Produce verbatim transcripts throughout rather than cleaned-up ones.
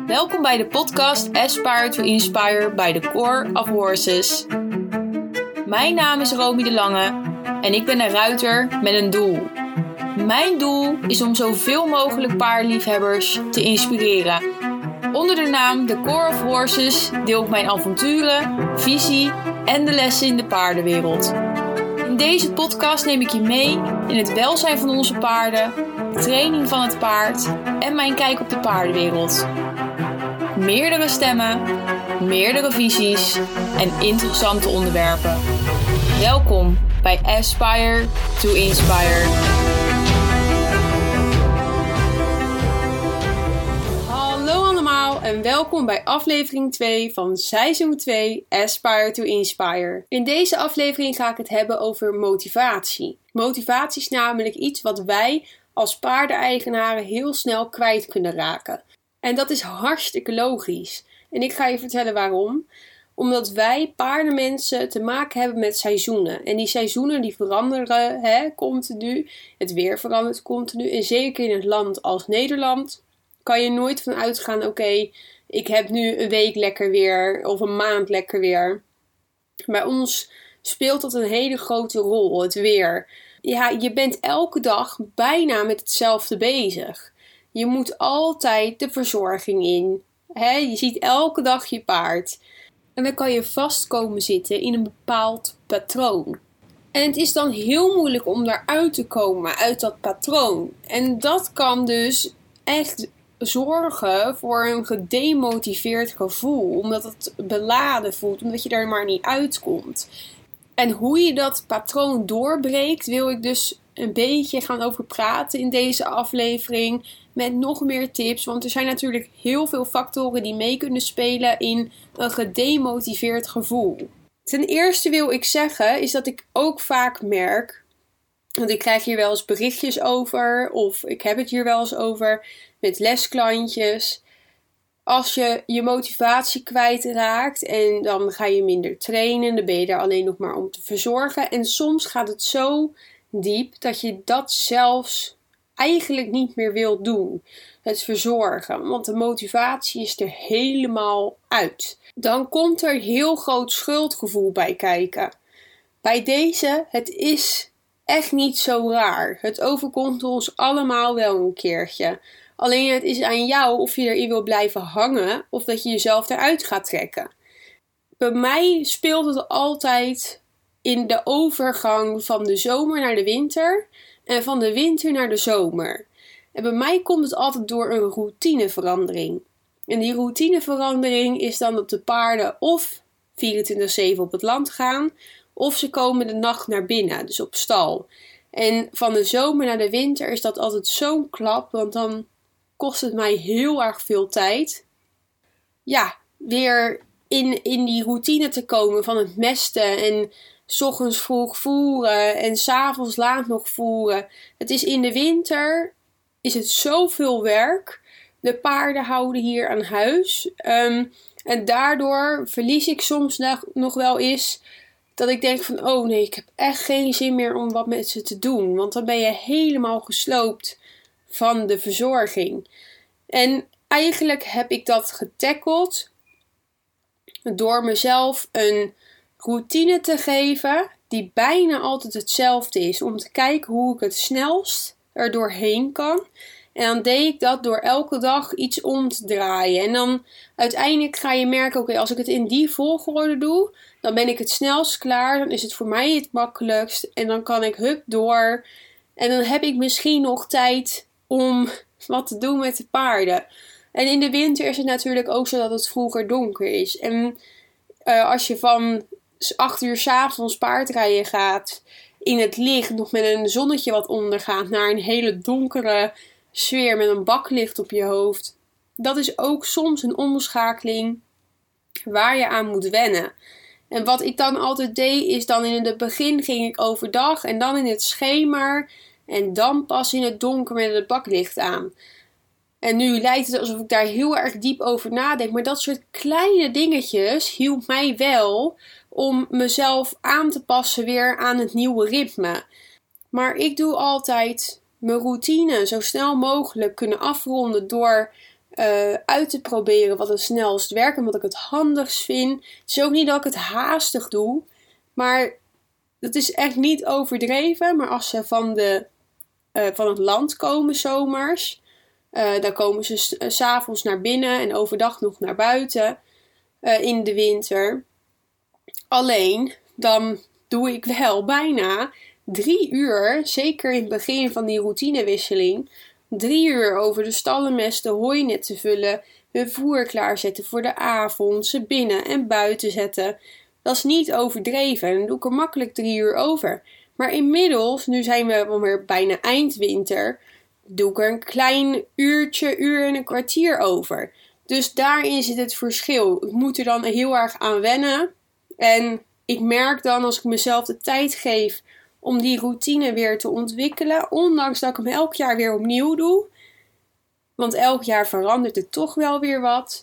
Welkom bij de podcast Aspire to Inspire by the Core of Horses. Mijn naam is Romy de Lange en ik ben een ruiter met een doel. Mijn doel is om zoveel mogelijk paardenliefhebbers te inspireren. Onder de naam The Core of Horses deel ik mijn avonturen, visie en de lessen in de paardenwereld. In deze podcast neem ik je mee in het welzijn van onze paarden, de training van het paard en mijn kijk op de paardenwereld. Meerdere stemmen, meerdere visies en interessante onderwerpen. Welkom bij Aspire to Inspire. Hallo allemaal en welkom bij aflevering twee van seizoen twee Aspire to Inspire. In deze aflevering ga ik het hebben over motivatie. Motivatie is namelijk iets wat wij als paardeneigenaren heel snel kwijt kunnen raken. En dat is hartstikke logisch. En ik ga je vertellen waarom. Omdat wij paardenmensen te maken hebben met seizoenen. En die seizoenen die veranderen hè, continu. Het weer verandert continu. En zeker in het land als Nederland kan je nooit van uitgaan. Oké, okay, ik heb nu een week lekker weer. Of een maand lekker weer. Bij ons speelt dat een hele grote rol. Het weer. Ja, je bent elke dag bijna met hetzelfde bezig. Je moet altijd de verzorging in. He, je ziet elke dag je paard. En dan kan je vast komen zitten in een bepaald patroon. En het is dan heel moeilijk om daaruit te komen uit dat patroon. En dat kan dus echt zorgen voor een gedemotiveerd gevoel. Omdat het beladen voelt, omdat je daar maar niet uitkomt. En hoe je dat patroon doorbreekt, wil ik dus een beetje gaan over praten in deze aflevering. Met nog meer tips, want er zijn natuurlijk heel veel factoren die mee kunnen spelen in een gedemotiveerd gevoel. Ten eerste wil ik zeggen, is dat ik ook vaak merk, want ik krijg hier wel eens berichtjes over, of ik heb het hier wel eens over met lesklantjes. Als je je motivatie kwijtraakt en dan ga je minder trainen, dan ben je daar alleen nog maar om te verzorgen. En soms gaat het zo diep dat je dat zelfs eigenlijk niet meer wilt doen. Het verzorgen, want de motivatie is er helemaal uit. Dan komt er heel groot schuldgevoel bij kijken. Bij deze, het is echt niet zo raar. Het overkomt ons allemaal wel een keertje. Alleen het is aan jou of je erin wil blijven hangen of dat je jezelf eruit gaat trekken. Bij mij speelt het altijd in de overgang van de zomer naar de winter en van de winter naar de zomer. En bij mij komt het altijd door een routineverandering. En die routineverandering is dan dat de paarden of vierentwintig zeven op het land gaan, of ze komen de nacht naar binnen, dus op stal. En van de zomer naar de winter is dat altijd zo'n klap, want dan kost het mij heel erg veel tijd. Ja, weer in, in die routine te komen van het mesten en 's ochtends vroeg voeren en 's avonds laat nog voeren. Het is in de winter is het zoveel werk. De paarden houden hier aan huis. Um, en daardoor verlies ik soms nog, nog wel eens dat ik denk van oh nee, ik heb echt geen zin meer om wat met ze te doen. Want dan ben je helemaal gesloopt van de verzorging. En eigenlijk heb ik dat getackeld door mezelf een routine te geven die bijna altijd hetzelfde is. Om te kijken hoe ik het snelst er doorheen kan. En dan deed ik dat door elke dag iets om te draaien. En dan uiteindelijk ga je merken, oké, okay, als ik het in die volgorde doe, dan ben ik het snelst klaar. Dan is het voor mij het makkelijkst. En dan kan ik hup door. En dan heb ik misschien nog tijd om wat te doen met de paarden. En in de winter is het natuurlijk ook zo dat het vroeger donker is. En uh, als je van acht uur 's avonds paardrijden gaat, in het licht, nog met een zonnetje wat ondergaat, naar een hele donkere sfeer met een baklicht op je hoofd. Dat is ook soms een omschakeling waar je aan moet wennen. En wat ik dan altijd deed, is dan in het begin ging ik overdag en dan in het schemer en dan pas in het donker met het baklicht aan. En nu lijkt het alsof ik daar heel erg diep over nadenk. Maar dat soort kleine dingetjes hielp mij wel om mezelf aan te passen weer aan het nieuwe ritme. Maar ik doe altijd mijn routine zo snel mogelijk kunnen afronden door uh, uit te proberen wat het snelst werkt en wat ik het handigst vind. Het is ook niet dat ik het haastig doe, maar dat is echt niet overdreven. Maar als ze van, de, uh, van het land komen zomers, uh, dan komen ze s- uh, 's avonds naar binnen en overdag nog naar buiten uh, in de winter. Alleen, dan doe ik wel bijna drie uur, zeker in het begin van die routinewisseling, drie uur over de stallenmest, de hooinet te vullen, hun voer klaarzetten voor de avond, ze binnen en buiten zetten. Dat is niet overdreven en dan doe ik er makkelijk drie uur over. Maar inmiddels, nu zijn we alweer bijna eindwinter, doe ik er een klein uurtje, uur en een kwartier over. Dus daarin zit het verschil. Ik moet er dan heel erg aan wennen. En ik merk dan als ik mezelf de tijd geef om die routine weer te ontwikkelen, ondanks dat ik hem elk jaar weer opnieuw doe, want elk jaar verandert het toch wel weer wat,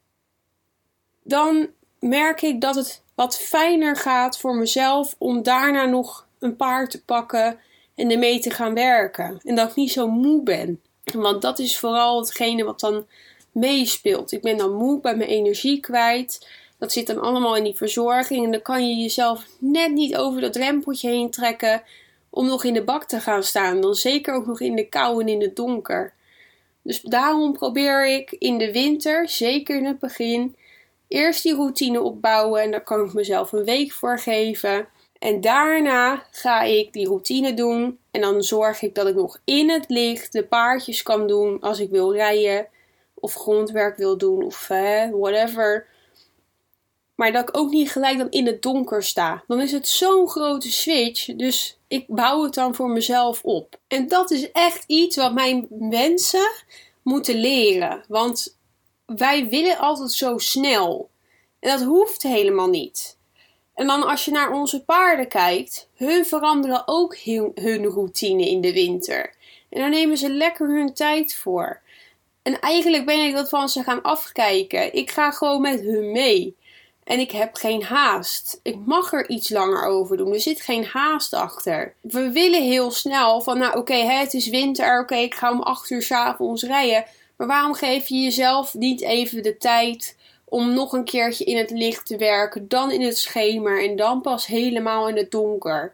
dan merk ik dat het wat fijner gaat voor mezelf om daarna nog een paar te pakken en ermee te gaan werken. En dat ik niet zo moe ben. Want dat is vooral hetgene wat dan meespeelt. Ik ben dan moe, ik ben mijn energie kwijt. Dat zit dan allemaal in die verzorging. En dan kan je jezelf net niet over dat drempeltje heen trekken om nog in de bak te gaan staan. Dan zeker ook nog in de kou en in het donker. Dus daarom probeer ik in de winter, zeker in het begin, eerst die routine opbouwen. En daar kan ik mezelf een week voor geven. En daarna ga ik die routine doen. En dan zorg ik dat ik nog in het licht de paardjes kan doen als ik wil rijden. Of grondwerk wil doen of eh, whatever. Maar dat ik ook niet gelijk dan in het donker sta. Dan is het zo'n grote switch. Dus ik bouw het dan voor mezelf op. En dat is echt iets wat mijn mensen moeten leren. Want wij willen altijd zo snel. En dat hoeft helemaal niet. En dan als je naar onze paarden kijkt. Hun veranderen ook hun, hun routine in de winter. En daar nemen ze lekker hun tijd voor. En eigenlijk ben ik dat van ze gaan afkijken. Ik ga gewoon met hun mee. En ik heb geen haast. Ik mag er iets langer over doen. Er zit geen haast achter. We willen heel snel van, nou oké, okay, het is winter. Oké, okay, ik ga om acht uur 's avonds rijden. Maar waarom geef je jezelf niet even de tijd om nog een keertje in het licht te werken. Dan in het schemer en dan pas helemaal in het donker.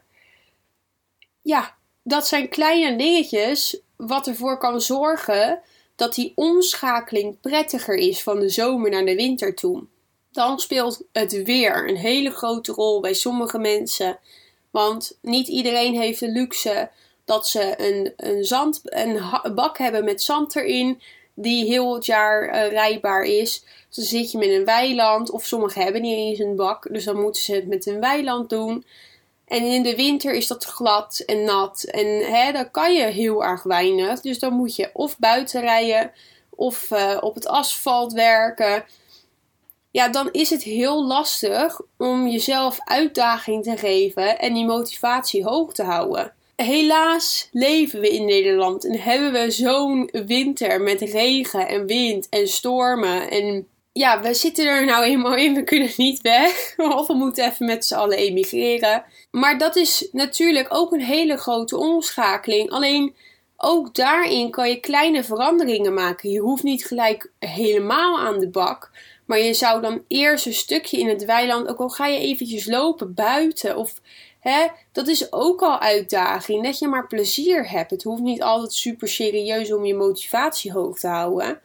Ja, dat zijn kleine dingetjes wat ervoor kan zorgen dat die omschakeling prettiger is van de zomer naar de winter toe. Dan speelt het weer een hele grote rol bij sommige mensen. Want niet iedereen heeft de luxe dat ze een, een, zand, een bak hebben met zand erin die heel het jaar uh, rijbaar is. Dus dan zit je met een weiland, of sommigen hebben niet eens een bak, dus dan moeten ze het met een weiland doen. En in de winter is dat glad en nat en hè, dan kan je heel erg weinig. Dus dan moet je of buiten rijden of uh, op het asfalt werken. Ja, dan is het heel lastig om jezelf uitdaging te geven en die motivatie hoog te houden. Helaas leven we in Nederland en hebben we zo'n winter met regen en wind en stormen. En ja, we zitten er nou eenmaal in, we kunnen niet weg. Of we moeten even met z'n allen emigreren. Maar dat is natuurlijk ook een hele grote omschakeling. Alleen ook daarin kan je kleine veranderingen maken. Je hoeft niet gelijk helemaal aan de bak. Maar je zou dan eerst een stukje in het weiland, ook al ga je eventjes lopen buiten. Of hè, dat is ook al uitdaging. Dat je maar plezier hebt. Het hoeft niet altijd super serieus om je motivatie hoog te houden.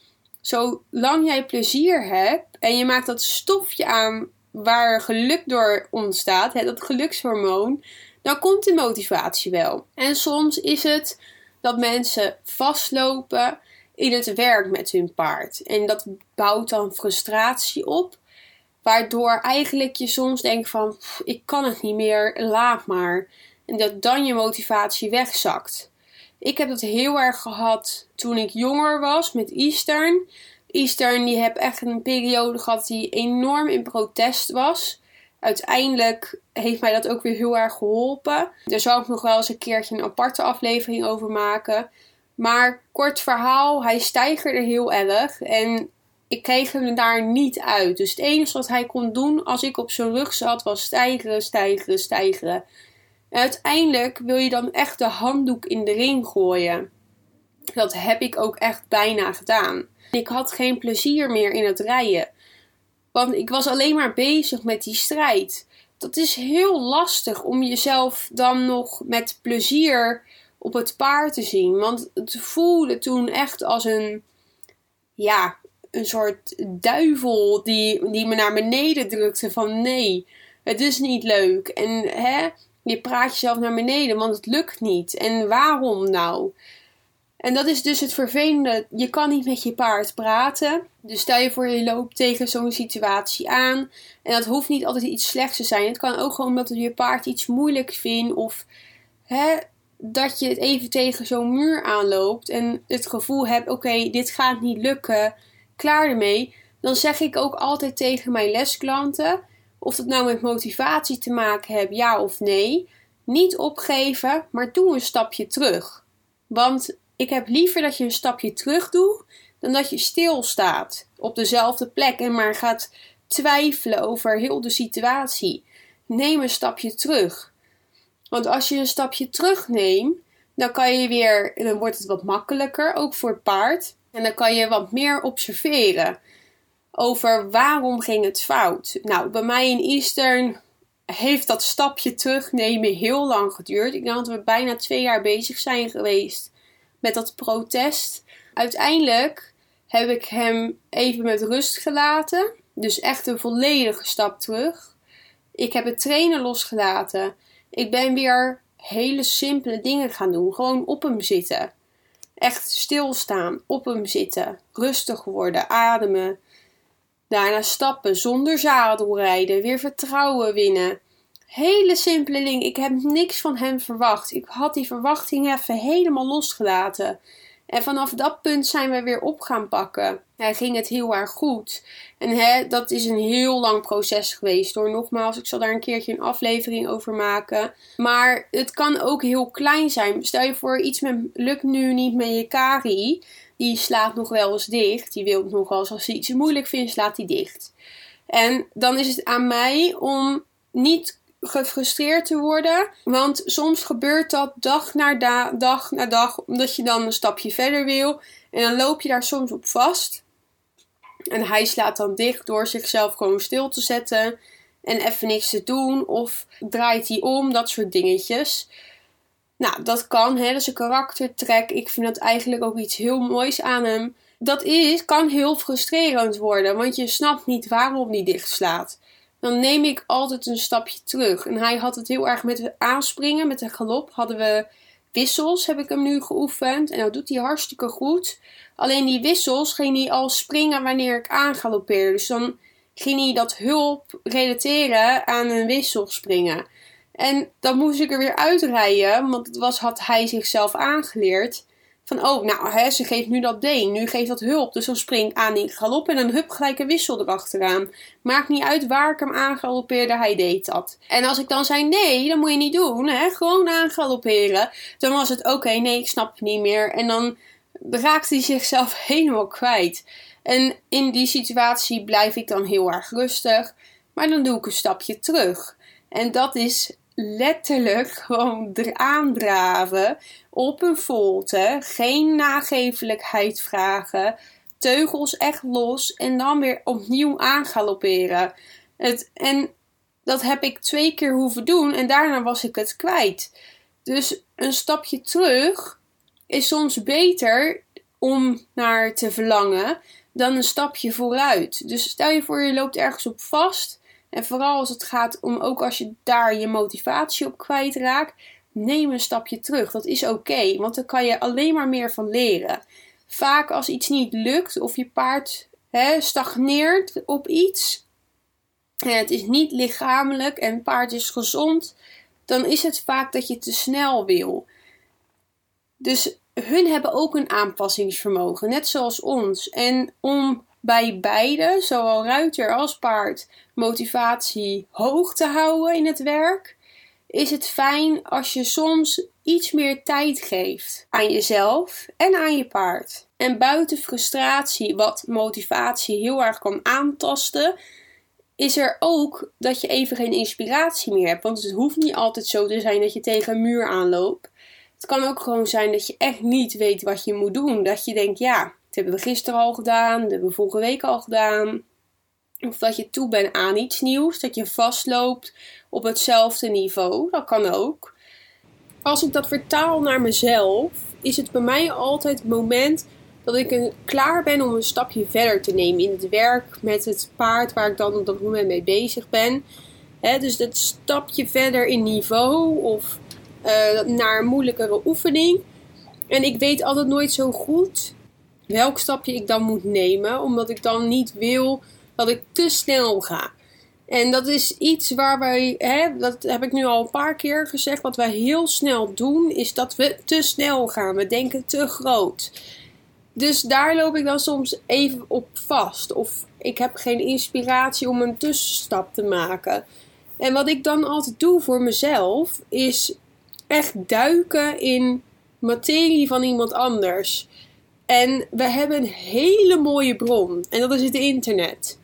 Zolang jij plezier hebt en je maakt dat stofje aan waar geluk door ontstaat, hè, dat gelukshormoon, dan komt de motivatie wel. En soms is het dat mensen vastlopen in het werk met hun paard. En dat bouwt dan frustratie op, waardoor eigenlijk je soms denkt van, pff, ik kan het niet meer, laat maar. En dat dan je motivatie wegzakt. Ik heb dat heel erg gehad toen ik jonger was met Eastern. Eastern die heb echt een periode gehad die enorm in protest was. Uiteindelijk heeft mij dat ook weer heel erg geholpen. Daar zal ik nog wel eens een keertje een aparte aflevering over maken. Maar kort verhaal, hij steigerde heel erg en ik kreeg hem daar niet uit. Dus het enige wat hij kon doen als ik op zijn rug zat was stijgeren, stijgeren, stijgeren. En uiteindelijk wil je dan echt de handdoek in de ring gooien. Dat heb ik ook echt bijna gedaan. Ik had geen plezier meer in het rijden. Want ik was alleen maar bezig met die strijd. Dat is heel lastig om jezelf dan nog met plezier op het paard te zien. Want het voelde toen echt als een, ja, een soort duivel die, die me naar beneden drukte. Van nee, het is niet leuk. En hè, je praat jezelf naar beneden, want het lukt niet. En waarom nou? En dat is dus het vervelende. Je kan niet met je paard praten. Dus stel je voor je loopt tegen zo'n situatie aan. En dat hoeft niet altijd iets slechts te zijn. Het kan ook gewoon omdat je paard iets moeilijk vindt. Of hè, dat je het even tegen zo'n muur aanloopt. En het gevoel hebt, oké, okay, dit gaat niet lukken. Klaar ermee. Dan zeg ik ook altijd tegen mijn lesklanten. Of dat nou met motivatie te maken heeft, ja of nee. Niet opgeven, maar doe een stapje terug. Want ik heb liever dat je een stapje terug doet, dan dat je stilstaat op dezelfde plek en maar gaat twijfelen over heel de situatie. Neem een stapje terug. Want als je een stapje terugneemt, dan kan je weer, dan wordt het wat makkelijker, ook voor het paard. En dan kan je wat meer observeren over waarom ging het fout. Nou, bij mij in Eastern heeft dat stapje terugnemen heel lang geduurd. Ik denk dat we bijna twee jaar bezig zijn geweest met dat protest. Uiteindelijk heb ik hem even met rust gelaten. Dus echt een volledige stap terug. Ik heb het trainen losgelaten. Ik ben weer hele simpele dingen gaan doen. Gewoon op hem zitten. Echt stilstaan. Op hem zitten. Rustig worden. Ademen. Daarna stappen. Zonder zadel rijden. Weer vertrouwen winnen. Hele simpele dingen. Ik heb niks van hem verwacht. Ik had die verwachting even helemaal losgelaten. En vanaf dat punt zijn we weer op gaan pakken. Hij ging het heel erg goed. En hè, dat is een heel lang proces geweest hoor. Nogmaals, ik zal daar een keertje een aflevering over maken. Maar het kan ook heel klein zijn. Stel je voor, iets met, lukt nu niet met je Kari. Die slaat nog wel eens dicht. Die wil nog wel eens, als hij iets moeilijk vindt, slaat hij dicht. En dan is het aan mij om niet gefrustreerd te worden. Want soms gebeurt dat dag na da- dag na dag. Omdat je dan een stapje verder wil. En dan loop je daar soms op vast. En hij slaat dan dicht door zichzelf gewoon stil te zetten. En even niks te doen. Of draait hij om. Dat soort dingetjes. Nou, dat kan. Hè? Dat is een karaktertrek. Ik vind dat eigenlijk ook iets heel moois aan hem. Dat is, kan heel frustrerend worden. Want je snapt niet waarom hij dicht slaat. Dan neem ik altijd een stapje terug. En hij had het heel erg met het aanspringen, met de galop. Hadden we wissels, heb ik hem nu geoefend. En dat doet hij hartstikke goed. Alleen die wissels ging hij al springen wanneer ik aangaloppeerde. Dus dan ging hij dat hulp relateren aan een wissel springen. En dan moest ik er weer uitrijden, want het was, had hij zichzelf aangeleerd. Van, oh, nou, hè, ze geeft nu dat been, nu geeft dat hulp. Dus dan spring ik aan in galop en dan hup gelijk een wissel erachteraan. Maakt niet uit waar ik hem aangaloppeerde, hij deed dat. En als ik dan zei, nee, dat moet je niet doen, hè, gewoon aangalopperen. Dan was het, oké, okay, nee, ik snap je niet meer. En dan raakte hij zichzelf helemaal kwijt. En in die situatie blijf ik dan heel erg rustig. Maar dan doe ik een stapje terug. En dat is letterlijk gewoon aandraven op een volte. Geen nagevelijkheid vragen. Teugels echt los. En dan weer opnieuw aangalopperen. Het, en dat heb ik twee keer hoeven doen. En daarna was ik het kwijt. Dus een stapje terug is soms beter om naar te verlangen dan een stapje vooruit. Dus stel je voor je loopt ergens op vast. En vooral als het gaat om, ook als je daar je motivatie op kwijtraakt, neem een stapje terug. Dat is oké, okay, want daar kan je alleen maar meer van leren. Vaak als iets niet lukt of je paard hè, stagneert op iets, en het is niet lichamelijk en het paard is gezond, dan is het vaak dat je te snel wil. Dus hun hebben ook een aanpassingsvermogen, net zoals ons. En om bij beide, zowel ruiter als paard, motivatie hoog te houden in het werk, is het fijn als je soms iets meer tijd geeft aan jezelf en aan je paard. En buiten frustratie, wat motivatie heel erg kan aantasten, is er ook dat je even geen inspiratie meer hebt. Want het hoeft niet altijd zo te zijn dat je tegen een muur aanloopt. Het kan ook gewoon zijn dat je echt niet weet wat je moet doen. Dat je denkt, ja, dat hebben we gisteren al gedaan, dat hebben we vorige week al gedaan. Of dat je toe bent aan iets nieuws, dat je vastloopt op hetzelfde niveau. Dat kan ook. Als ik dat vertaal naar mezelf, is het bij mij altijd het moment dat ik klaar ben om een stapje verder te nemen in het werk met het paard waar ik dan op dat moment mee bezig ben. He, dus dat stapje verder in niveau of uh, naar een moeilijkere oefening. En ik weet altijd nooit zo goed welk stapje ik dan moet nemen, omdat ik dan niet wil dat ik te snel ga. En dat is iets waar wij, hè, dat heb ik nu al een paar keer gezegd, wat wij heel snel doen, is dat we te snel gaan. We denken te groot. Dus daar loop ik dan soms even op vast. Of ik heb geen inspiratie om een tussenstap te maken. En wat ik dan altijd doe voor mezelf, is echt duiken in materie van iemand anders. En we hebben een hele mooie bron. En dat is het internet.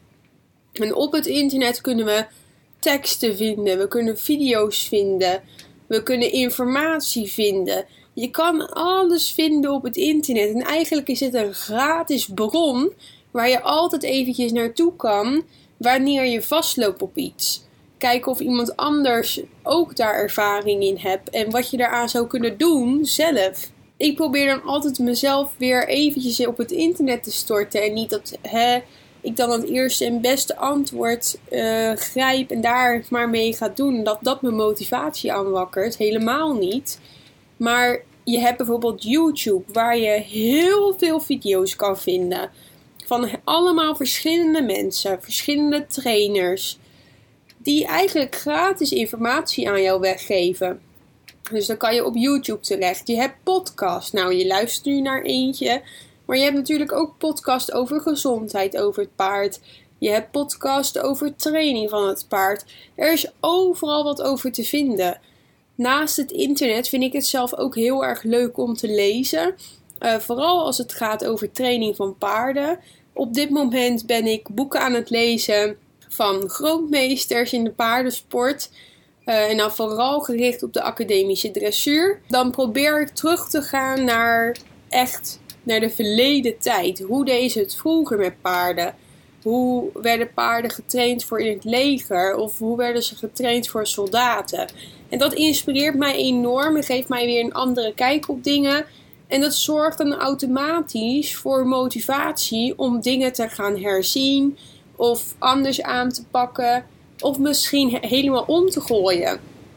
En op het internet kunnen we teksten vinden. We kunnen video's vinden. We kunnen informatie vinden. Je kan alles vinden op het internet. En eigenlijk is het een gratis bron waar je altijd eventjes naartoe kan wanneer je vastloopt op iets. Kijken of iemand anders ook daar ervaring in hebt en wat je daaraan zou kunnen doen zelf. Ik probeer dan altijd mezelf weer eventjes op het internet te storten en niet dat hè, ik dan het eerste en beste antwoord uh, grijp en daar maar mee ga doen. Dat dat mijn motivatie aanwakkert. Helemaal niet. Maar je hebt bijvoorbeeld YouTube waar je heel veel video's kan vinden. Van allemaal verschillende mensen, verschillende trainers. Die eigenlijk gratis informatie aan jou weggeven. Dus dan kan je op YouTube terecht. Je hebt podcasts. Nou, je luistert nu naar eentje. Maar je hebt natuurlijk ook podcasts over gezondheid over het paard. Je hebt podcasts over training van het paard. Er is overal wat over te vinden. Naast het internet vind ik het zelf ook heel erg leuk om te lezen. Uh, vooral als het gaat over training van paarden. Op dit moment ben ik boeken aan het lezen van grootmeesters in de paardensport. Uh, en dan vooral gericht op de academische dressuur. Dan probeer ik terug te gaan naar echt naar de verleden tijd. Hoe deden ze het vroeger met paarden? Hoe werden paarden getraind voor in het leger? Of hoe werden ze getraind voor soldaten? En dat inspireert mij enorm en geeft mij weer een andere kijk op dingen. En dat zorgt dan automatisch voor motivatie om dingen te gaan herzien. Of anders aan te pakken. Of misschien helemaal om te gooien.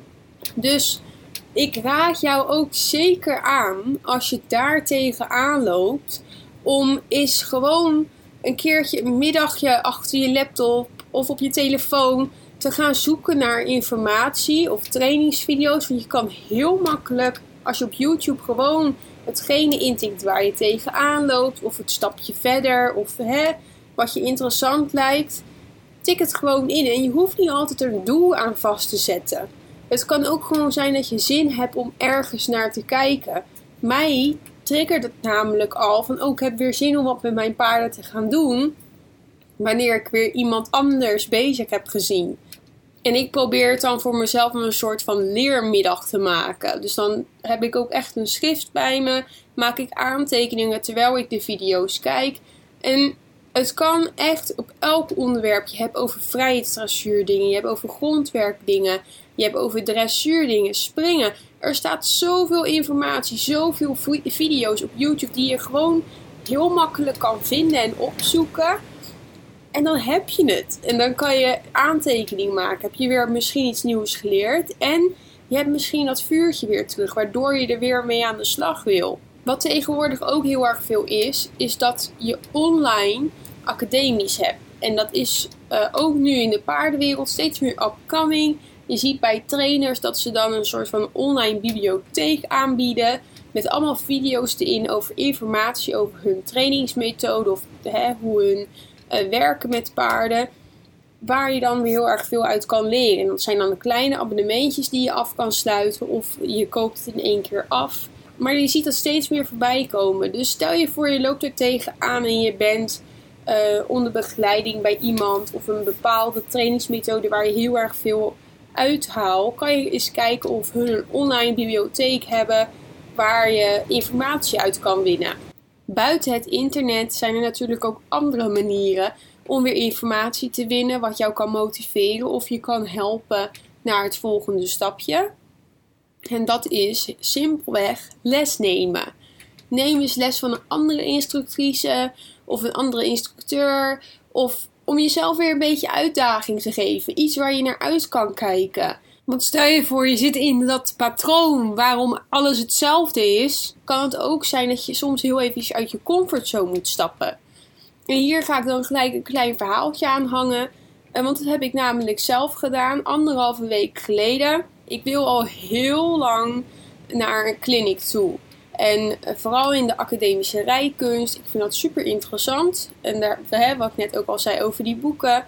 Dus ik raad jou ook zeker aan, als je daar tegenaan loopt, om eens gewoon een keertje een middagje achter je laptop of op je telefoon te gaan zoeken naar informatie of trainingsvideo's. Want je kan heel makkelijk, als je op YouTube gewoon hetgene intikt waar je tegenaan loopt, of het stapje verder, of hè, wat je interessant lijkt, tik het gewoon in. En je hoeft niet altijd er een doel aan vast te zetten. Het kan ook gewoon zijn dat je zin hebt om ergens naar te kijken. Mij triggert het namelijk al van, oh, ik heb weer zin om wat met mijn paarden te gaan doen, wanneer ik weer iemand anders bezig heb gezien. En ik probeer het dan voor mezelf een soort van leermiddag te maken. Dus dan heb ik ook echt een schrift bij me, maak ik aantekeningen terwijl ik de video's kijk. En het kan echt op elk onderwerp. Je hebt over vrijheidsdressuurdingen, je hebt over grondwerkdingen, je hebt over dressuurdingen, springen. Er staat zoveel informatie, zoveel video's op YouTube die je gewoon heel makkelijk kan vinden en opzoeken. En dan heb je het. En dan kan je aantekening maken. Heb je weer misschien iets nieuws geleerd. En je hebt misschien dat vuurtje weer terug, waardoor je er weer mee aan de slag wil. Wat tegenwoordig ook heel erg veel is, is dat je online academisch hebt. En dat is uh, ook nu in de paardenwereld steeds meer upcoming. Je ziet bij trainers dat ze dan een soort van online bibliotheek aanbieden. Met allemaal video's erin over informatie over hun trainingsmethode. Of hè, hoe hun uh, werken met paarden. Waar je dan weer heel erg veel uit kan leren. En dat zijn dan de kleine abonnementjes die je af kan sluiten. Of je koopt het in één keer af. Maar je ziet dat steeds meer voorbij komen. Dus stel je voor je loopt er tegenaan en je bent uh, onder begeleiding bij iemand. Of een bepaalde trainingsmethode waar je heel erg veel uithaalt. Kan je eens kijken of hun een online bibliotheek hebben. waar je informatie uit kan winnen. Buiten het internet zijn er natuurlijk ook andere manieren om weer informatie te winnen, wat jou kan motiveren of je kan helpen naar het volgende stapje. En dat is simpelweg les nemen. Neem eens les van een andere instructrice of een andere instructeur. Of om jezelf weer een beetje uitdaging te geven. Iets waar je naar uit kan kijken. Want stel je voor, je zit in dat patroon waarom alles hetzelfde is. Kan het ook zijn dat je soms heel even uit je comfortzone moet stappen. En hier ga ik dan gelijk een klein verhaaltje aan hangen. Want dat heb ik namelijk zelf gedaan, anderhalve week geleden. Ik wil al heel lang naar een clinic toe. En vooral in de academische rijkunst. Ik vind dat super interessant. En daar, hè, wat ik net ook al zei over die boeken.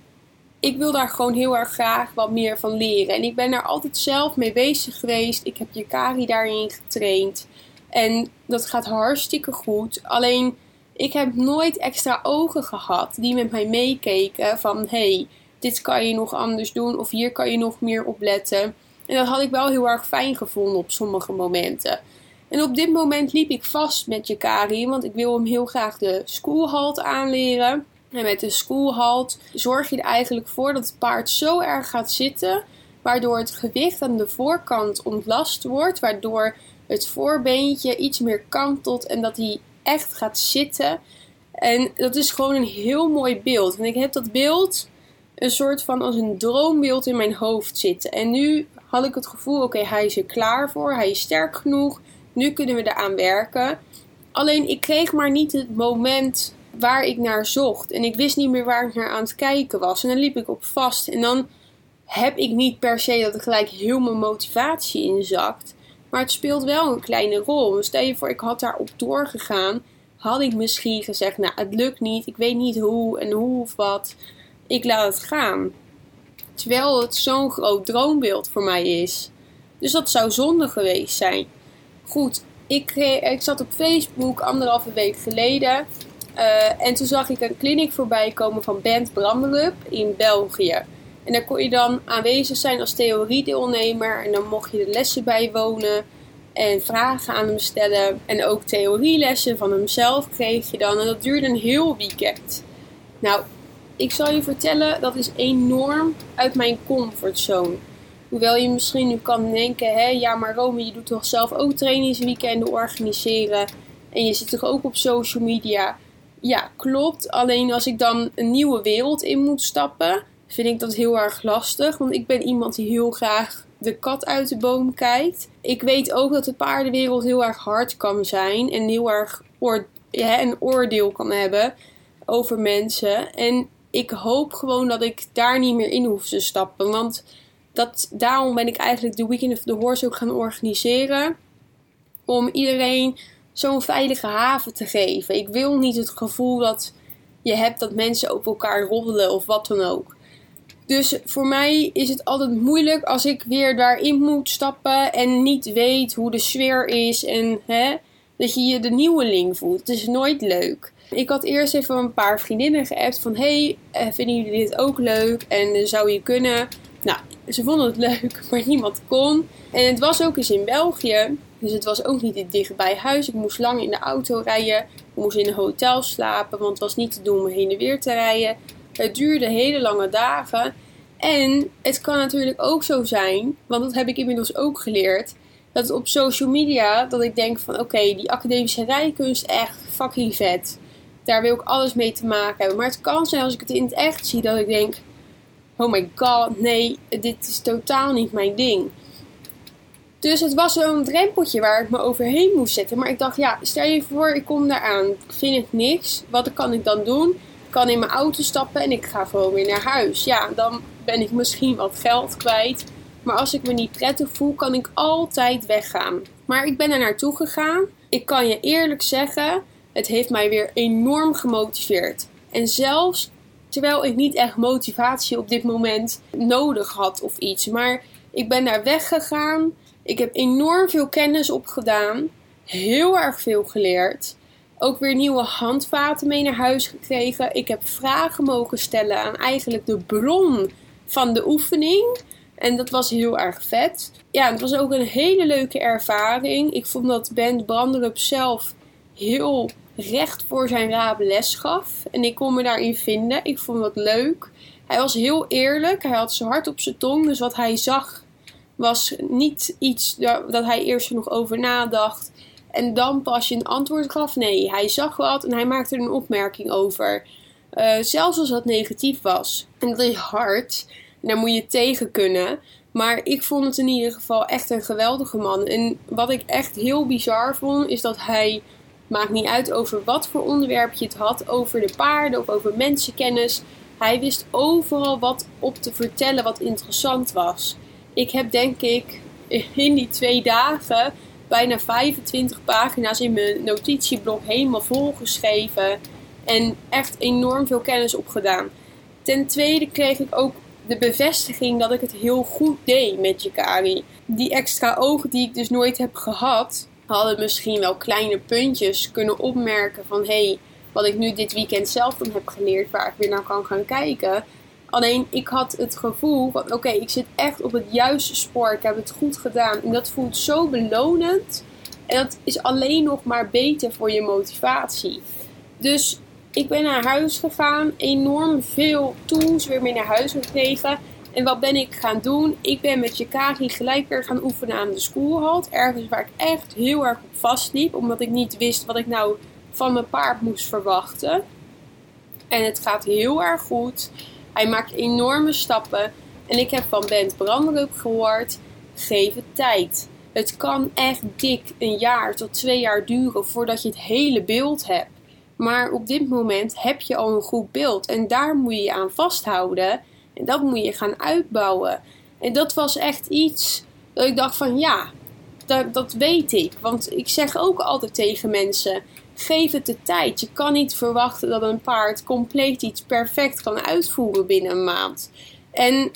Ik wil daar gewoon heel erg graag wat meer van leren. En ik ben daar altijd zelf mee bezig geweest. Ik heb Yukari daarin getraind. En dat gaat hartstikke goed. Alleen, ik heb nooit extra ogen gehad die met mij meekeken. Van, hey, dit kan je nog anders doen. Of hier kan je nog meer op letten. En dat had ik wel heel erg fijn gevonden op sommige momenten. En op dit moment liep ik vast met Yukari, want ik wil hem heel graag de schoolhalt aanleren. En met de schoolhalt zorg je er eigenlijk voor dat het paard zo erg gaat zitten, waardoor het gewicht aan de voorkant ontlast wordt, waardoor het voorbeentje iets meer kantelt en dat hij echt gaat zitten. En dat is gewoon een heel mooi beeld. En ik heb dat beeld een soort van als een droombeeld in mijn hoofd zitten. En nu had ik het gevoel, oké, okay, hij is er klaar voor, hij is sterk genoeg. Nu kunnen we eraan werken. Alleen ik kreeg maar niet het moment waar ik naar zocht. En ik wist niet meer waar ik naar aan het kijken was. En dan liep ik op vast. En dan heb ik niet per se dat er gelijk heel mijn motivatie in zakt. Maar het speelt wel een kleine rol. Stel je voor, ik had daarop doorgegaan. Had ik misschien gezegd, nou het lukt niet. Ik weet niet hoe en hoe of wat. Ik laat het gaan. Terwijl het zo'n groot droombeeld voor mij is. Dus dat zou zonde geweest zijn. Goed, ik, ik zat op Facebook anderhalve week geleden. Uh, en toen zag ik een clinic voorbij komen van Bent Branderup in België. En daar kon je dan aanwezig zijn als theoriedeelnemer. En dan mocht je de lessen bijwonen en vragen aan hem stellen. En ook theorielessen van hemzelf kreeg je dan. En dat duurde een heel weekend. Nou, ik zal je vertellen, dat is enorm uit mijn comfortzone. Hoewel je misschien nu kan denken, hè, ja maar Rome, je doet toch zelf ook trainingsweekenden organiseren. En je zit toch ook op social media. Ja, klopt. Alleen als ik dan een nieuwe wereld in moet stappen, vind ik dat heel erg lastig. Want ik ben iemand die heel graag de kat uit de boom kijkt. Ik weet ook dat de paardenwereld heel erg hard kan zijn. En heel erg oor- ja, een oordeel kan hebben over mensen. En ik hoop gewoon dat ik daar niet meer in hoef te stappen. Want dat, daarom ben ik eigenlijk de Weekend of the Horse ook gaan organiseren. Om iedereen zo'n veilige haven te geven. Ik wil niet het gevoel dat je hebt dat mensen op elkaar roddelen of wat dan ook. Dus voor mij is het altijd moeilijk als ik weer daarin moet stappen en niet weet hoe de sfeer is. En hè, dat je je de nieuweling voelt. Het is nooit leuk. Ik had eerst even een paar vriendinnen geappt van, hey, vinden jullie dit ook leuk? En zou je kunnen? Nou, ze vonden het leuk, maar niemand kon. En het was ook eens in België. Dus het was ook niet dicht bij huis. Ik moest lang in de auto rijden. Ik moest in een hotel slapen, want het was niet te doen om heen en weer te rijden. Het duurde hele lange dagen. En het kan natuurlijk ook zo zijn, want dat heb ik inmiddels ook geleerd, dat het op social media, dat ik denk van oké, okay, die academische rijkunst echt fucking vet. Daar wil ik alles mee te maken hebben. Maar het kan zijn als ik het in het echt zie, dat ik denk, oh my god, nee, dit is totaal niet mijn ding. Dus het was zo'n drempeltje waar ik me overheen moest zetten. Maar ik dacht, ja, stel je voor, ik kom daar aan. Ik vind het niks. Wat kan ik dan doen? Ik kan in mijn auto stappen en ik ga gewoon weer naar huis. Ja, dan ben ik misschien wat geld kwijt. Maar als ik me niet prettig voel, kan ik altijd weggaan. Maar ik ben er naartoe gegaan. Ik kan je eerlijk zeggen, het heeft mij weer enorm gemotiveerd. En zelfs terwijl ik niet echt motivatie op dit moment nodig had of iets. Maar ik ben daar weggegaan. Ik heb enorm veel kennis opgedaan. Heel erg veel geleerd. Ook weer nieuwe handvaten mee naar huis gekregen. Ik heb vragen mogen stellen aan eigenlijk de bron van de oefening. En dat was heel erg vet. Ja, het was ook een hele leuke ervaring. Ik vond dat Bent Branderup zelf heel recht voor zijn raap les gaf. En ik kon me daarin vinden. Ik vond dat leuk. Hij was heel eerlijk. Hij had zijn hart op zijn tong. Dus wat hij zag was niet iets dat hij eerst er nog over nadacht. En dan pas je een antwoord gaf. Nee, hij zag wat en hij maakte er een opmerking over. Uh, zelfs als dat negatief was. En dat is hard. En daar moet je tegen kunnen. Maar ik vond het in ieder geval echt een geweldige man. En wat ik echt heel bizar vond, is dat hij, maakt niet uit over wat voor onderwerp je het had, over de paarden of over mensenkennis. Hij wist overal wat op te vertellen wat interessant was. Ik heb denk ik in die twee dagen bijna vijfentwintig pagina's in mijn notitieblok helemaal volgeschreven. En echt enorm veel kennis opgedaan. Ten tweede kreeg ik ook de bevestiging dat ik het heel goed deed met Jekari. Die extra ogen die ik dus nooit heb gehad, hadden misschien wel kleine puntjes kunnen opmerken van hé, hey, wat ik nu dit weekend zelf dan heb geleerd, waar ik weer naar kan gaan kijken. Alleen ik had het gevoel van oké, okay, ik zit echt op het juiste spoor, ik heb het goed gedaan. En dat voelt zo belonend. En dat is alleen nog maar beter voor je motivatie. Dus ik ben naar huis gegaan, enorm veel tools weer mee naar huis gekregen. En wat ben ik gaan doen? Ik ben met Jekari gelijk weer gaan oefenen aan de schoolhalt. Ergens waar ik echt heel erg op vastliep, omdat ik niet wist wat ik nou van mijn paard moest verwachten. En het gaat heel erg goed. Hij maakt enorme stappen. En ik heb van Bent Branderup gehoord, geef het tijd. Het kan echt dik een jaar tot twee jaar duren voordat je het hele beeld hebt. Maar op dit moment heb je al een goed beeld. En daar moet je je aan vasthouden. En dat moet je gaan uitbouwen. En dat was echt iets dat ik dacht van ja, dat, dat weet ik. Want ik zeg ook altijd tegen mensen, geef het de tijd. Je kan niet verwachten dat een paard compleet iets perfect kan uitvoeren binnen een maand. En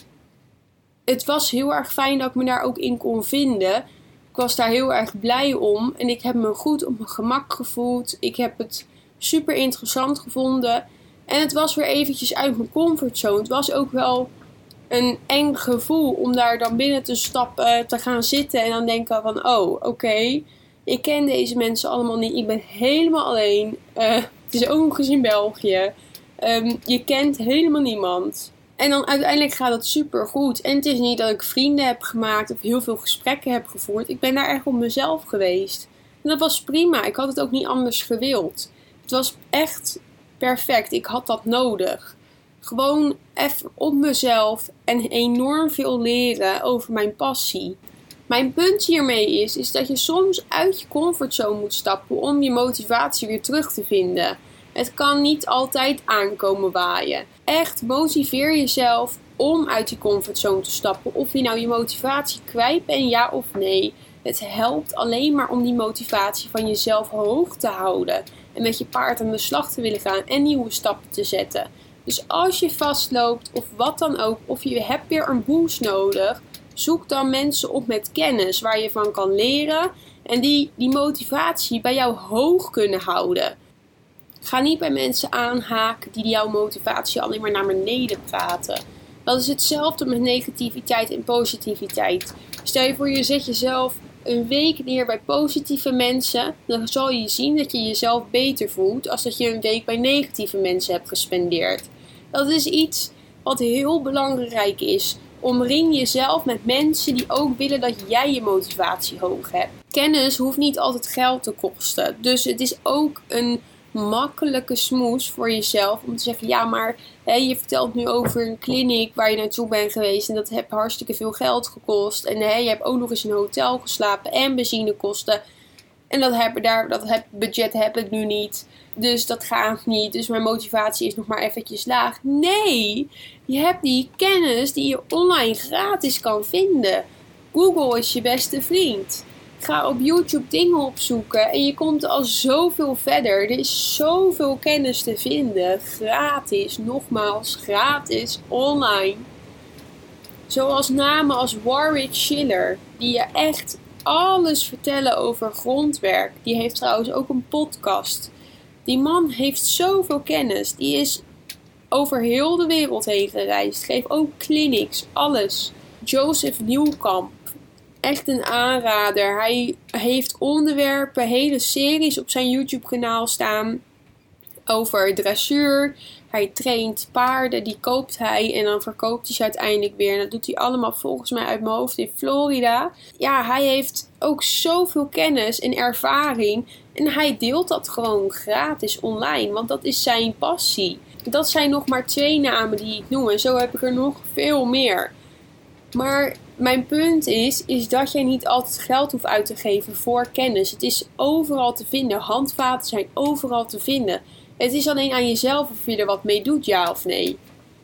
het was heel erg fijn dat ik me daar ook in kon vinden. Ik was daar heel erg blij om. En ik heb me goed op mijn gemak gevoeld. Ik heb het super interessant gevonden. En het was weer eventjes uit mijn comfortzone. Het was ook wel een eng gevoel om daar dan binnen te stappen, te gaan zitten en dan denken van oh, oké, okay, ik ken deze mensen allemaal niet. Ik ben helemaal alleen. Uh, het is ook nog eens in België. Um, je kent helemaal niemand. En dan uiteindelijk gaat het super goed. En het is niet dat ik vrienden heb gemaakt of heel veel gesprekken heb gevoerd. Ik ben daar echt op mezelf geweest. En dat was prima. Ik had het ook niet anders gewild. Het was echt perfect. Ik had dat nodig. Gewoon even op mezelf en enorm veel leren over mijn passie. Mijn punt hiermee is, is dat je soms uit je comfortzone moet stappen om je motivatie weer terug te vinden. Het kan niet altijd aankomen waaien. Echt motiveer jezelf om uit je comfortzone te stappen. Of je nou je motivatie kwijt bent, ja of nee. Het helpt alleen maar om die motivatie van jezelf hoog te houden. En met je paard aan de slag te willen gaan en nieuwe stappen te zetten. Dus als je vastloopt of wat dan ook, of je hebt weer een boost nodig, zoek dan mensen op met kennis waar je van kan leren. En die die motivatie bij jou hoog kunnen houden. Ga niet bij mensen aanhaken die jouw motivatie alleen maar naar beneden praten. Dat is hetzelfde met negativiteit en positiviteit. Stel je voor je zet jezelf een week neer bij positieve mensen. Dan zal je zien dat je jezelf beter voelt als dat je een week bij negatieve mensen hebt gespendeerd. Dat is iets wat heel belangrijk is. Omring jezelf met mensen die ook willen dat jij je motivatie hoog hebt. Kennis hoeft niet altijd geld te kosten. Dus het is ook een makkelijke smoes voor jezelf om te zeggen, ja maar hè, je vertelt nu over een kliniek waar je naartoe bent geweest en dat heeft hartstikke veel geld gekost en hè, je hebt ook nog eens in een hotel geslapen en benzinekosten en dat, heb, daar, dat heb, budget heb ik nu niet, dus dat gaat niet, dus mijn motivatie is nog maar eventjes laag. Nee, je hebt die kennis die je online gratis kan vinden. Google is je beste vriend. Ga op YouTube dingen opzoeken en je komt al zoveel verder. Er is zoveel kennis te vinden. Gratis, nogmaals, gratis, online. Zoals namen als Warwick Schiller, die je echt alles vertellen over grondwerk. Die heeft trouwens ook een podcast. Die man heeft zoveel kennis. Die is over heel de wereld heen gereisd. Geeft ook clinics, alles. Joseph Nieuwkamp. Echt een aanrader. Hij heeft onderwerpen, hele series op zijn YouTube kanaal staan over dressuur. Hij traint paarden, die koopt hij en dan verkoopt hij ze uiteindelijk weer. En dat doet hij allemaal volgens mij uit mijn hoofd in Florida. Ja, hij heeft ook zoveel kennis en ervaring. En hij deelt dat gewoon gratis online, want dat is zijn passie. Dat zijn nog maar twee namen die ik noem en zo heb ik er nog veel meer. Maar mijn punt is, is dat jij niet altijd geld hoeft uit te geven voor kennis. Het is overal te vinden. Handvaten zijn overal te vinden. Het is alleen aan jezelf of je er wat mee doet, ja of nee.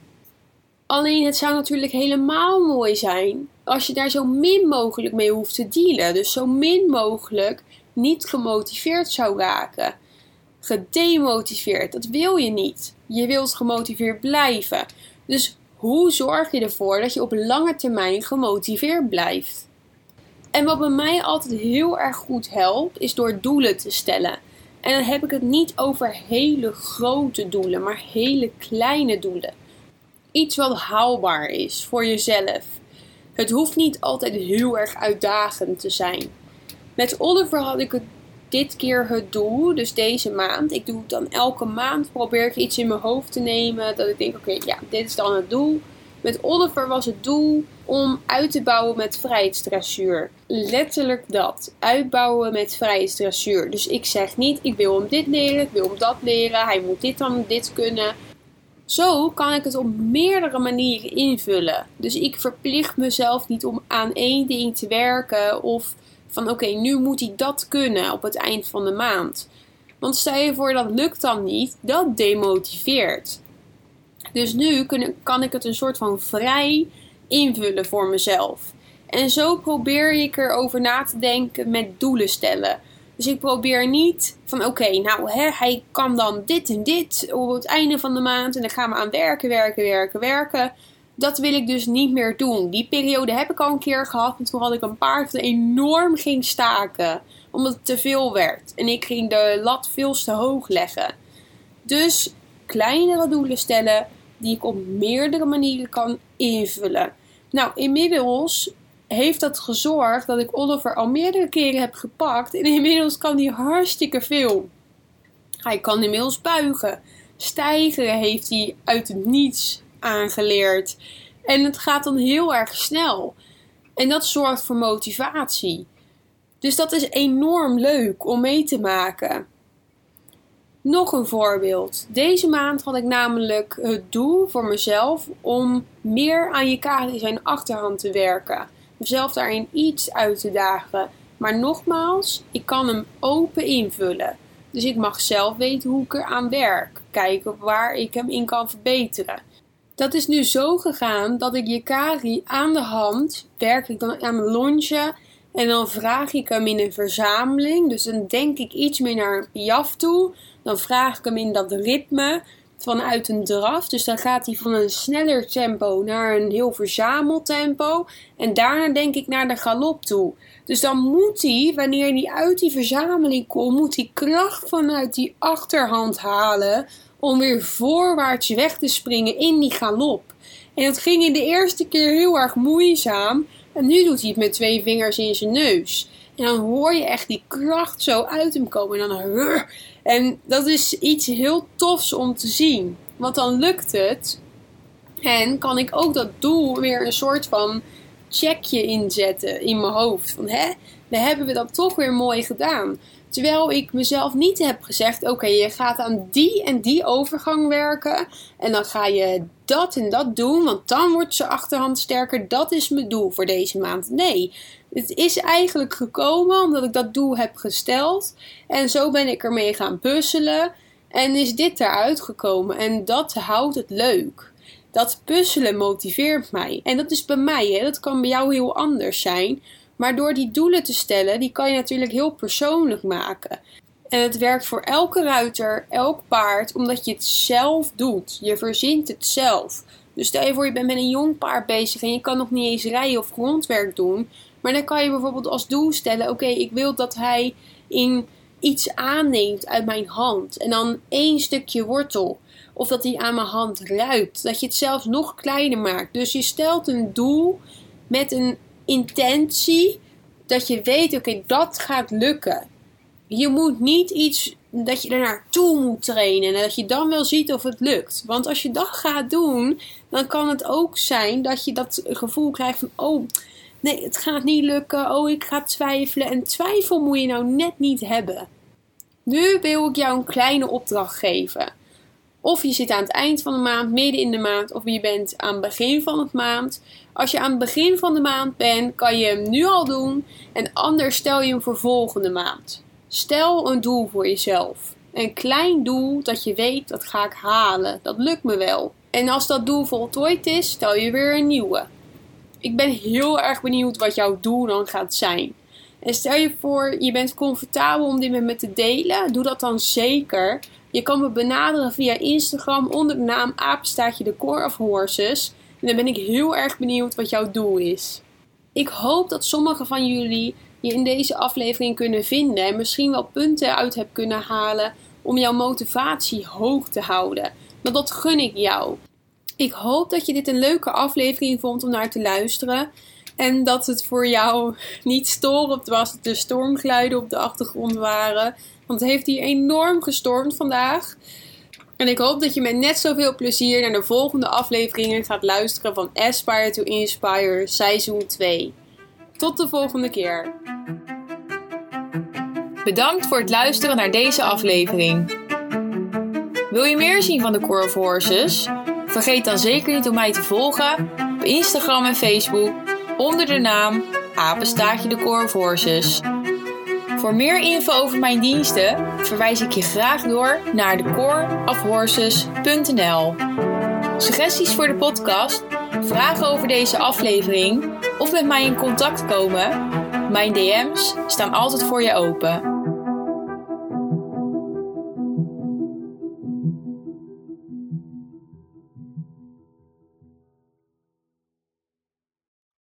Alleen het zou natuurlijk helemaal mooi zijn als je daar zo min mogelijk mee hoeft te dealen. Dus zo min mogelijk niet gemotiveerd zou raken. Gedemotiveerd, dat wil je niet. Je wilt gemotiveerd blijven. Dus hoe zorg je ervoor dat je op lange termijn gemotiveerd blijft? En wat bij mij altijd heel erg goed helpt, is door doelen te stellen. En dan heb ik het niet over hele grote doelen, maar hele kleine doelen. Iets wat haalbaar is voor jezelf. Het hoeft niet altijd heel erg uitdagend te zijn. Met Oliver had ik het dit keer het doel, dus deze maand. Ik doe het dan elke maand, probeer ik iets in mijn hoofd te nemen. Dat ik denk, oké, okay, ja, dit is dan het doel. Met Oliver was het doel om uit te bouwen met vrijheidsdressuur. Letterlijk dat. Uitbouwen met vrijheidsdressuur. Dus ik zeg niet, ik wil hem dit leren, ik wil hem dat leren. Hij moet dit dan, dit kunnen. Zo kan ik het op meerdere manieren invullen. Dus ik verplicht mezelf niet om aan één ding te werken. Of van oké, okay, nu moet hij dat kunnen op het eind van de maand. Want stel je voor dat lukt dan niet, dat demotiveert. Dus nu kan ik het een soort van vrij invullen voor mezelf. En zo probeer ik erover na te denken met doelen stellen. Dus ik probeer niet van oké, okay, nou hè, hij kan dan dit en dit op het einde van de maand. En dan gaan we aan werken, werken, werken, werken. Dat wil ik dus niet meer doen. Die periode heb ik al een keer gehad. En toen had ik een paard dat enorm ging staken. Omdat het te veel werd. En ik ging de lat veel te hoog leggen. Dus kleinere doelen stellen die ik op meerdere manieren kan invullen. Nou, inmiddels heeft dat gezorgd dat ik Oliver al meerdere keren heb gepakt. En inmiddels kan hij hartstikke veel. Hij kan inmiddels buigen. Stijgeren heeft hij uit het niets aangeleerd. En het gaat dan heel erg snel. En dat zorgt voor motivatie. Dus dat is enorm leuk om mee te maken. Nog een voorbeeld. Deze maand had ik namelijk het doel voor mezelf om meer aan Yukari zijn achterhand te werken. Mezelf daarin iets uit te dagen. Maar nogmaals, ik kan hem open invullen. Dus ik mag zelf weten hoe ik eraan werk. Kijken waar ik hem in kan verbeteren. Dat is nu zo gegaan dat ik Yukari aan de hand werk ik dan aan mijn longe. En dan vraag ik hem in een verzameling. Dus dan denk ik iets meer naar een piaf toe. Dan vraag ik hem in dat ritme vanuit een draf. Dus dan gaat hij van een sneller tempo naar een heel verzameltempo. En daarna denk ik naar de galop toe. Dus dan moet hij, wanneer hij uit die verzameling komt, moet hij kracht vanuit die achterhand halen om weer voorwaarts weg te springen in die galop. En dat ging in de eerste keer heel erg moeizaam. En nu doet hij het met twee vingers in zijn neus. En dan hoor je echt die kracht zo uit hem komen. En dan... En dat is iets heel tofs om te zien. Want dan lukt het. En kan ik ook dat doel weer een soort van checkje inzetten in mijn hoofd. Van hè, dan hebben we dat toch weer mooi gedaan. Terwijl ik mezelf niet heb gezegd, oké, okay, je gaat aan die en die overgang werken. En dan ga je dat en dat doen, want dan wordt ze achterhand sterker. Dat is mijn doel voor deze maand. Nee, het is eigenlijk gekomen omdat ik dat doel heb gesteld. En zo ben ik ermee gaan puzzelen. En is dit eruit gekomen. En dat houdt het leuk. Dat puzzelen motiveert mij. En dat is bij mij, hè? Dat kan bij jou heel anders zijn. Maar door die doelen te stellen, die kan je natuurlijk heel persoonlijk maken. En het werkt voor elke ruiter, elk paard, omdat je het zelf doet. Je verzint het zelf. Dus stel je voor, je bent met een jong paard bezig en je kan nog niet eens rijden of grondwerk doen. Maar dan kan je bijvoorbeeld als doel stellen, oké, okay, ik wil dat hij in iets aanneemt uit mijn hand. En dan één stukje wortel. Of dat hij aan mijn hand ruikt. Dat je het zelfs nog kleiner maakt. Dus je stelt een doel met een intentie dat je weet, oké, okay, dat gaat lukken. Je moet niet iets dat je er naartoe moet trainen en dat je dan wel ziet of het lukt. Want als je dat gaat doen, dan kan het ook zijn dat je dat gevoel krijgt van, oh, nee, het gaat niet lukken. Oh, ik ga twijfelen. En twijfel moet je nou net niet hebben. Nu wil ik jou een kleine opdracht geven. Of je zit aan het eind van de maand, midden in de maand, of je bent aan het begin van de maand. Als je aan het begin van de maand bent, kan je hem nu al doen. En anders stel je hem voor volgende maand. Stel een doel voor jezelf. Een klein doel dat je weet, dat ga ik halen. Dat lukt me wel. En als dat doel voltooid is, stel je weer een nieuwe. Ik ben heel erg benieuwd wat jouw doel dan gaat zijn. En stel je voor, je bent comfortabel om dit met me te delen. Doe dat dan zeker. Je kan me benaderen via Instagram onder de naam apenstaartje The Core of Horses. En dan ben ik heel erg benieuwd wat jouw doel is. Ik hoop dat sommigen van jullie je in deze aflevering kunnen vinden. En misschien wel punten uit hebt kunnen halen om jouw motivatie hoog te houden. Want dat gun ik jou. Ik hoop dat je dit een leuke aflevering vond om naar te luisteren. En dat het voor jou niet storend was, dat er stormgeluiden op de achtergrond waren. Want het heeft hier enorm gestormd vandaag. En ik hoop dat je met net zoveel plezier naar de volgende afleveringen gaat luisteren van Aspire to Inspire seizoen twee. Tot de volgende keer. Bedankt voor het luisteren naar deze aflevering. Wil je meer zien van de Core of Horses? Vergeet dan zeker niet om mij te volgen op Instagram en Facebook onder de naam apenstaartje The Core of Horses. Voor meer info over mijn diensten verwijs ik je graag door naar the core of horses punt n l. Suggesties voor de podcast, vragen over deze aflevering of met mij in contact komen? Mijn D M's staan altijd voor je open.